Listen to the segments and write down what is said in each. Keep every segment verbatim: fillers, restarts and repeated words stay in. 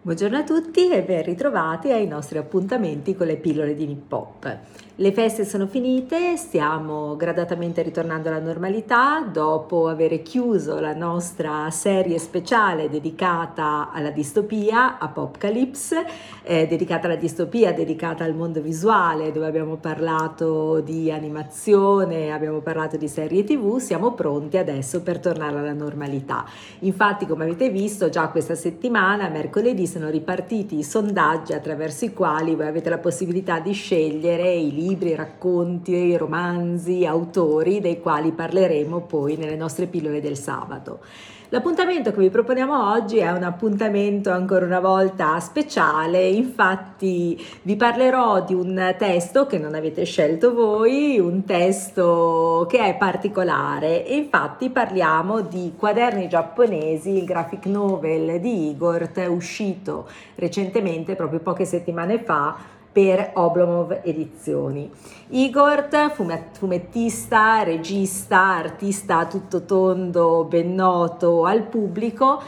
Buongiorno a tutti e ben ritrovati ai nostri appuntamenti con le pillole di Nippop. Le feste sono finite, stiamo gradatamente ritornando alla normalità dopo aver chiuso la nostra serie speciale dedicata alla distopia, Apocalypse, eh, dedicata alla distopia, dedicata al mondo visuale, dove abbiamo parlato di animazione, abbiamo parlato di serie tivù. Siamo pronti adesso per tornare alla normalità. Infatti, come avete visto, già questa settimana, mercoledì, sono ripartiti i sondaggi attraverso i quali voi avete la possibilità di scegliere i libri, i racconti, i romanzi, autori dei quali parleremo poi nelle nostre pillole del sabato. L'appuntamento che vi proponiamo oggi è un appuntamento ancora una volta speciale, infatti vi parlerò di un testo che non avete scelto voi, un testo che è particolare, e infatti parliamo di Quaderni giapponesi, il graphic novel di Igor, uscito recentemente, proprio poche settimane fa, per Oblomov Edizioni. Igor, fumettista, regista, artista a tutto tondo, ben noto al pubblico,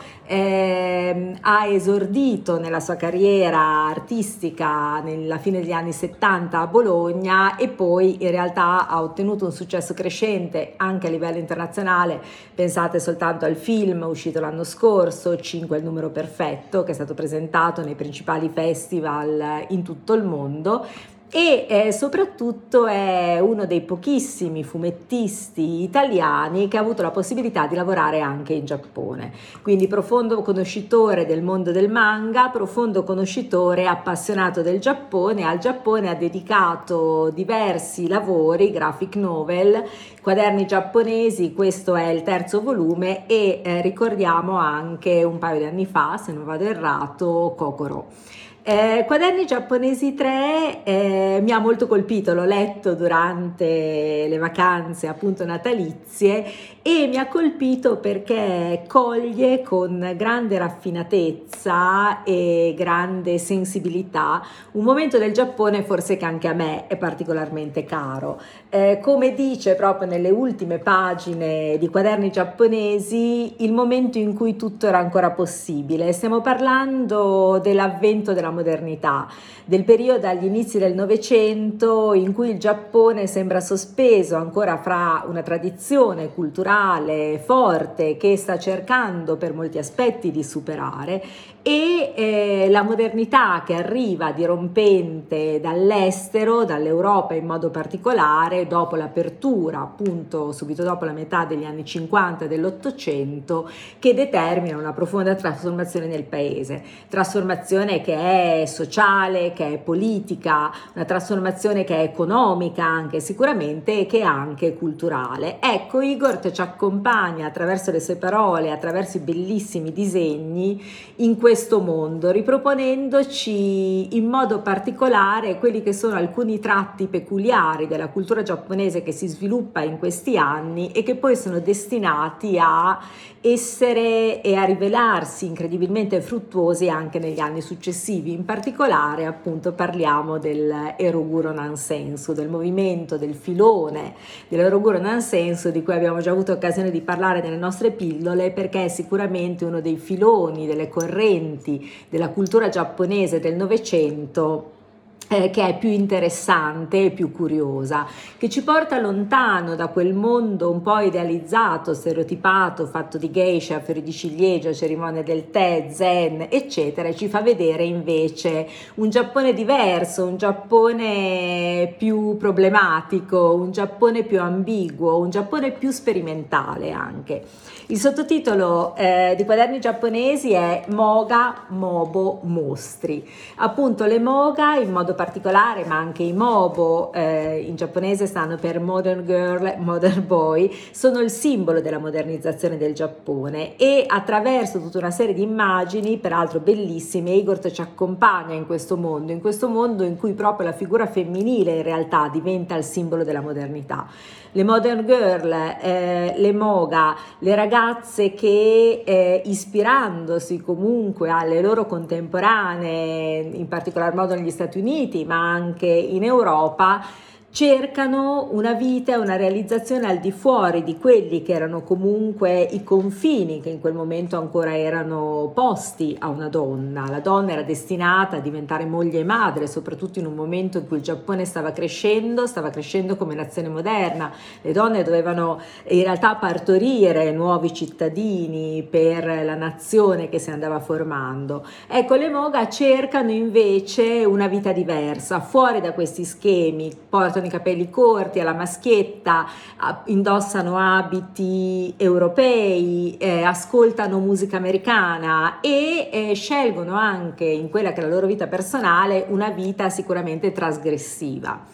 eh, ha esordito nella sua carriera artistica nella fine degli anni settanta a Bologna e poi in realtà ha ottenuto un successo crescente anche a livello internazionale. Pensate soltanto al film uscito l'anno scorso, cinque è il numero perfetto, che è stato presentato nei principali festival in tutto il mondo. E eh, soprattutto è uno dei pochissimi fumettisti italiani che ha avuto la possibilità di lavorare anche in Giappone, quindi profondo conoscitore del mondo del manga, profondo conoscitore, appassionato del Giappone. Al Giappone ha dedicato diversi lavori, graphic novel, Quaderni giapponesi, questo è il terzo volume, e eh, ricordiamo anche un paio di anni fa, se non vado errato, Kokoro. Eh, Quaderni giapponesi tre eh, mi ha molto colpito, l'ho letto durante le vacanze appunto natalizie e mi ha colpito perché coglie con grande raffinatezza e grande sensibilità un momento del Giappone forse che anche a me è particolarmente caro. Eh, come dice proprio nelle ultime pagine di Quaderni giapponesi, il momento in cui tutto era ancora possibile. Stiamo parlando dell'avvento della modernità, del periodo agli inizi del Novecento in cui il Giappone sembra sospeso ancora fra una tradizione culturale forte che sta cercando per molti aspetti di superare e eh, la modernità che arriva dirompente dall'estero, dall'Europa in modo particolare, dopo l'apertura, appunto subito dopo la metà degli anni cinquanta dell'Ottocento, che determina una profonda trasformazione nel paese, trasformazione che è sociale, che è politica, una trasformazione che è economica anche sicuramente e che è anche culturale. Ecco, Igor ci accompagna attraverso le sue parole, attraverso i bellissimi disegni in questo mondo, riproponendoci in modo particolare quelli che sono alcuni tratti peculiari della cultura giapponese che si sviluppa in questi anni e che poi sono destinati a essere e a rivelarsi incredibilmente fruttuosi anche negli anni successivi. In particolare appunto parliamo del Eroguro Nansensu, del movimento, del filone dell'Eroguro Nansensu, di cui abbiamo già avuto occasione di parlare nelle nostre pillole, perché è sicuramente uno dei filoni, delle correnti della cultura giapponese del Novecento Eh, che è più interessante e più curiosa, che ci porta lontano da quel mondo un po' idealizzato, stereotipato, fatto di geisha, fiori di ciliegio, cerimonie del tè, zen, eccetera, e ci fa vedere invece un Giappone diverso, un Giappone più problematico, un Giappone più ambiguo, un Giappone più sperimentale anche. Il sottotitolo eh, di Quaderni giapponesi è Moga, Mobo, Mostri. Appunto le Moga in modo particolare, ma anche i Mobo, eh, in giapponese stanno per Modern Girl, Modern Boy, sono il simbolo della modernizzazione del Giappone, e attraverso tutta una serie di immagini, peraltro bellissime, Igor ci accompagna in questo mondo, in questo mondo in cui proprio la figura femminile in realtà diventa il simbolo della modernità. Le modern girl, eh, le moga, le ragazze che eh, ispirandosi comunque alle loro contemporanee, in particolar modo negli Stati Uniti ma anche in Europa, cercano una vita e una realizzazione al di fuori di quelli che erano comunque i confini che in quel momento ancora erano posti a una donna. La donna era destinata a diventare moglie e madre, soprattutto in un momento in cui il Giappone stava crescendo, stava crescendo come nazione moderna. Le donne dovevano in realtà partorire nuovi cittadini per la nazione che si andava formando. Ecco, le Moga cercano invece una vita diversa, fuori da questi schemi, portano i capelli corti alla maschietta, indossano abiti europei, eh, ascoltano musica americana e eh, scelgono anche in quella che è la loro vita personale una vita sicuramente trasgressiva.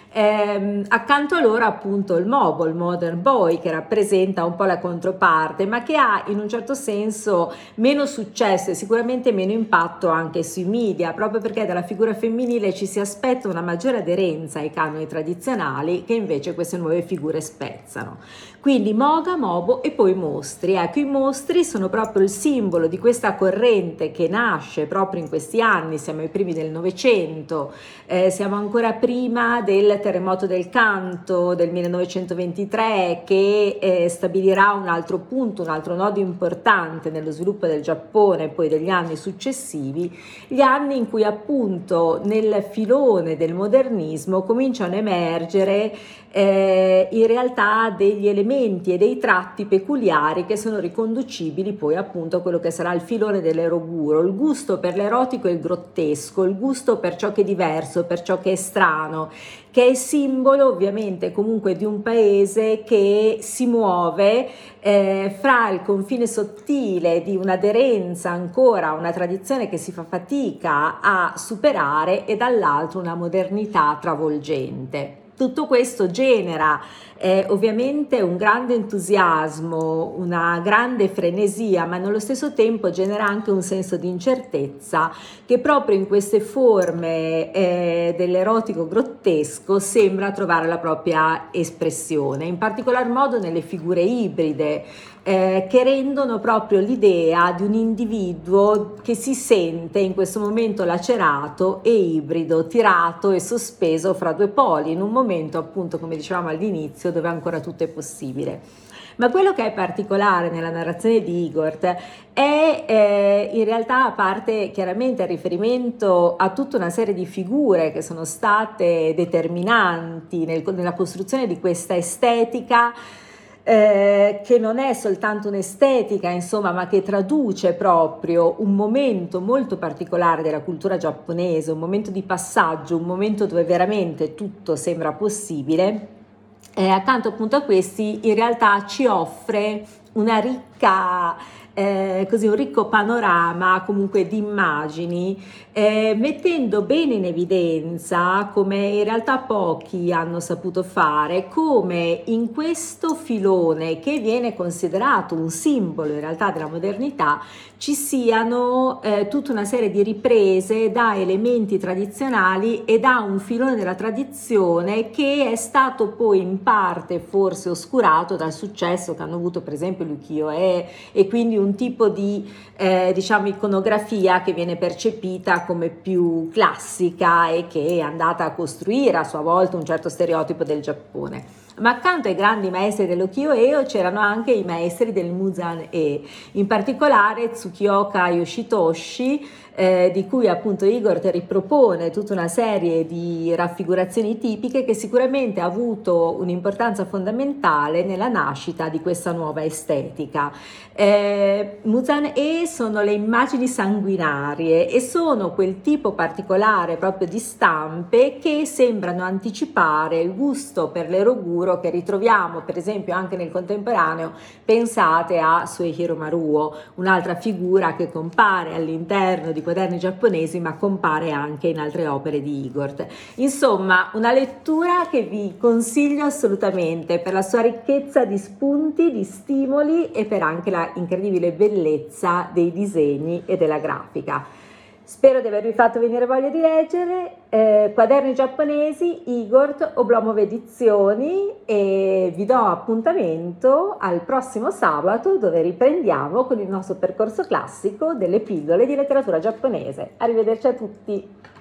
Eh, accanto a loro appunto il Mobo, il Modern Boy, che rappresenta un po' la controparte, ma che ha in un certo senso meno successo e sicuramente meno impatto anche sui media, proprio perché dalla figura femminile ci si aspetta una maggiore aderenza ai canoni tradizionali che invece queste nuove figure spezzano. Quindi Moga, Mobo e poi mostri. Ecco, i mostri sono proprio il simbolo di questa corrente che nasce proprio in questi anni, siamo ai primi del Novecento, eh, siamo ancora prima del terremoto del canto del millenovecentoventitré che eh, stabilirà un altro punto, un altro nodo importante nello sviluppo del Giappone e poi degli anni successivi, gli anni in cui appunto nel filone del modernismo cominciano a emergere eh, in realtà degli elementi e dei tratti peculiari che sono riconducibili poi appunto a quello che sarà il filone dell'eroguro, il gusto per l'erotico e il grottesco, il gusto per ciò che è diverso, per ciò che è strano, che è simbolo ovviamente comunque di un paese che si muove eh, fra il confine sottile di un'aderenza ancora a una tradizione che si fa fatica a superare e dall'altro una modernità travolgente. Tutto questo genera eh, ovviamente un grande entusiasmo, una grande frenesia, ma nello stesso tempo genera anche un senso di incertezza che proprio in queste forme eh, dell'erotico grottesco sembra trovare la propria espressione, in particolar modo nelle figure ibride, Eh, che rendono proprio l'idea di un individuo che si sente in questo momento lacerato e ibrido, tirato e sospeso fra due poli, in un momento appunto, come dicevamo all'inizio, dove ancora tutto è possibile. Ma quello che è particolare nella narrazione di Igor è eh, in realtà, a parte chiaramente il riferimento a tutta una serie di figure che sono state determinanti nel, nella costruzione di questa estetica, Eh, che non è soltanto un'estetica, insomma, ma che traduce proprio un momento molto particolare della cultura giapponese, un momento di passaggio, un momento dove veramente tutto sembra possibile. Eh, accanto appunto a questi, in realtà ci offre una ricca Eh, così un ricco panorama comunque di immagini, eh, mettendo bene in evidenza, come in realtà pochi hanno saputo fare, come in questo filone che viene considerato un simbolo in realtà della modernità ci siano eh, tutta una serie di riprese da elementi tradizionali e da un filone della tradizione che è stato poi in parte forse oscurato dal successo che hanno avuto per esempio l'ukiyo-e e quindi un tipo di eh, diciamo iconografia che viene percepita come più classica e che è andata a costruire a sua volta un certo stereotipo del Giappone. Ma accanto ai grandi maestri dell'ukiyo-e c'erano anche i maestri del Muzan-e, in particolare Tsukioka Yoshitoshi, eh, di cui appunto Igor ripropone tutta una serie di raffigurazioni tipiche che sicuramente ha avuto un'importanza fondamentale nella nascita di questa nuova estetica. Eh, Muzan-e sono le immagini sanguinarie e sono quel tipo particolare proprio di stampe che sembrano anticipare il gusto per l'eroguro che ritroviamo per esempio anche nel contemporaneo. Pensate a Suehiro Maruo, un'altra figura che compare all'interno di quaderni giapponesi ma compare anche in altre opere di Igor. Insomma, una lettura che vi consiglio assolutamente per la sua ricchezza di spunti, di stimoli e per anche la incredibile bellezza dei disegni e della grafica. Spero di avervi fatto venire voglia di leggere eh, Quaderni giapponesi, Igor, Oblomov Edizioni, e vi do appuntamento al prossimo sabato dove riprendiamo con il nostro percorso classico delle pillole di letteratura giapponese. Arrivederci a tutti!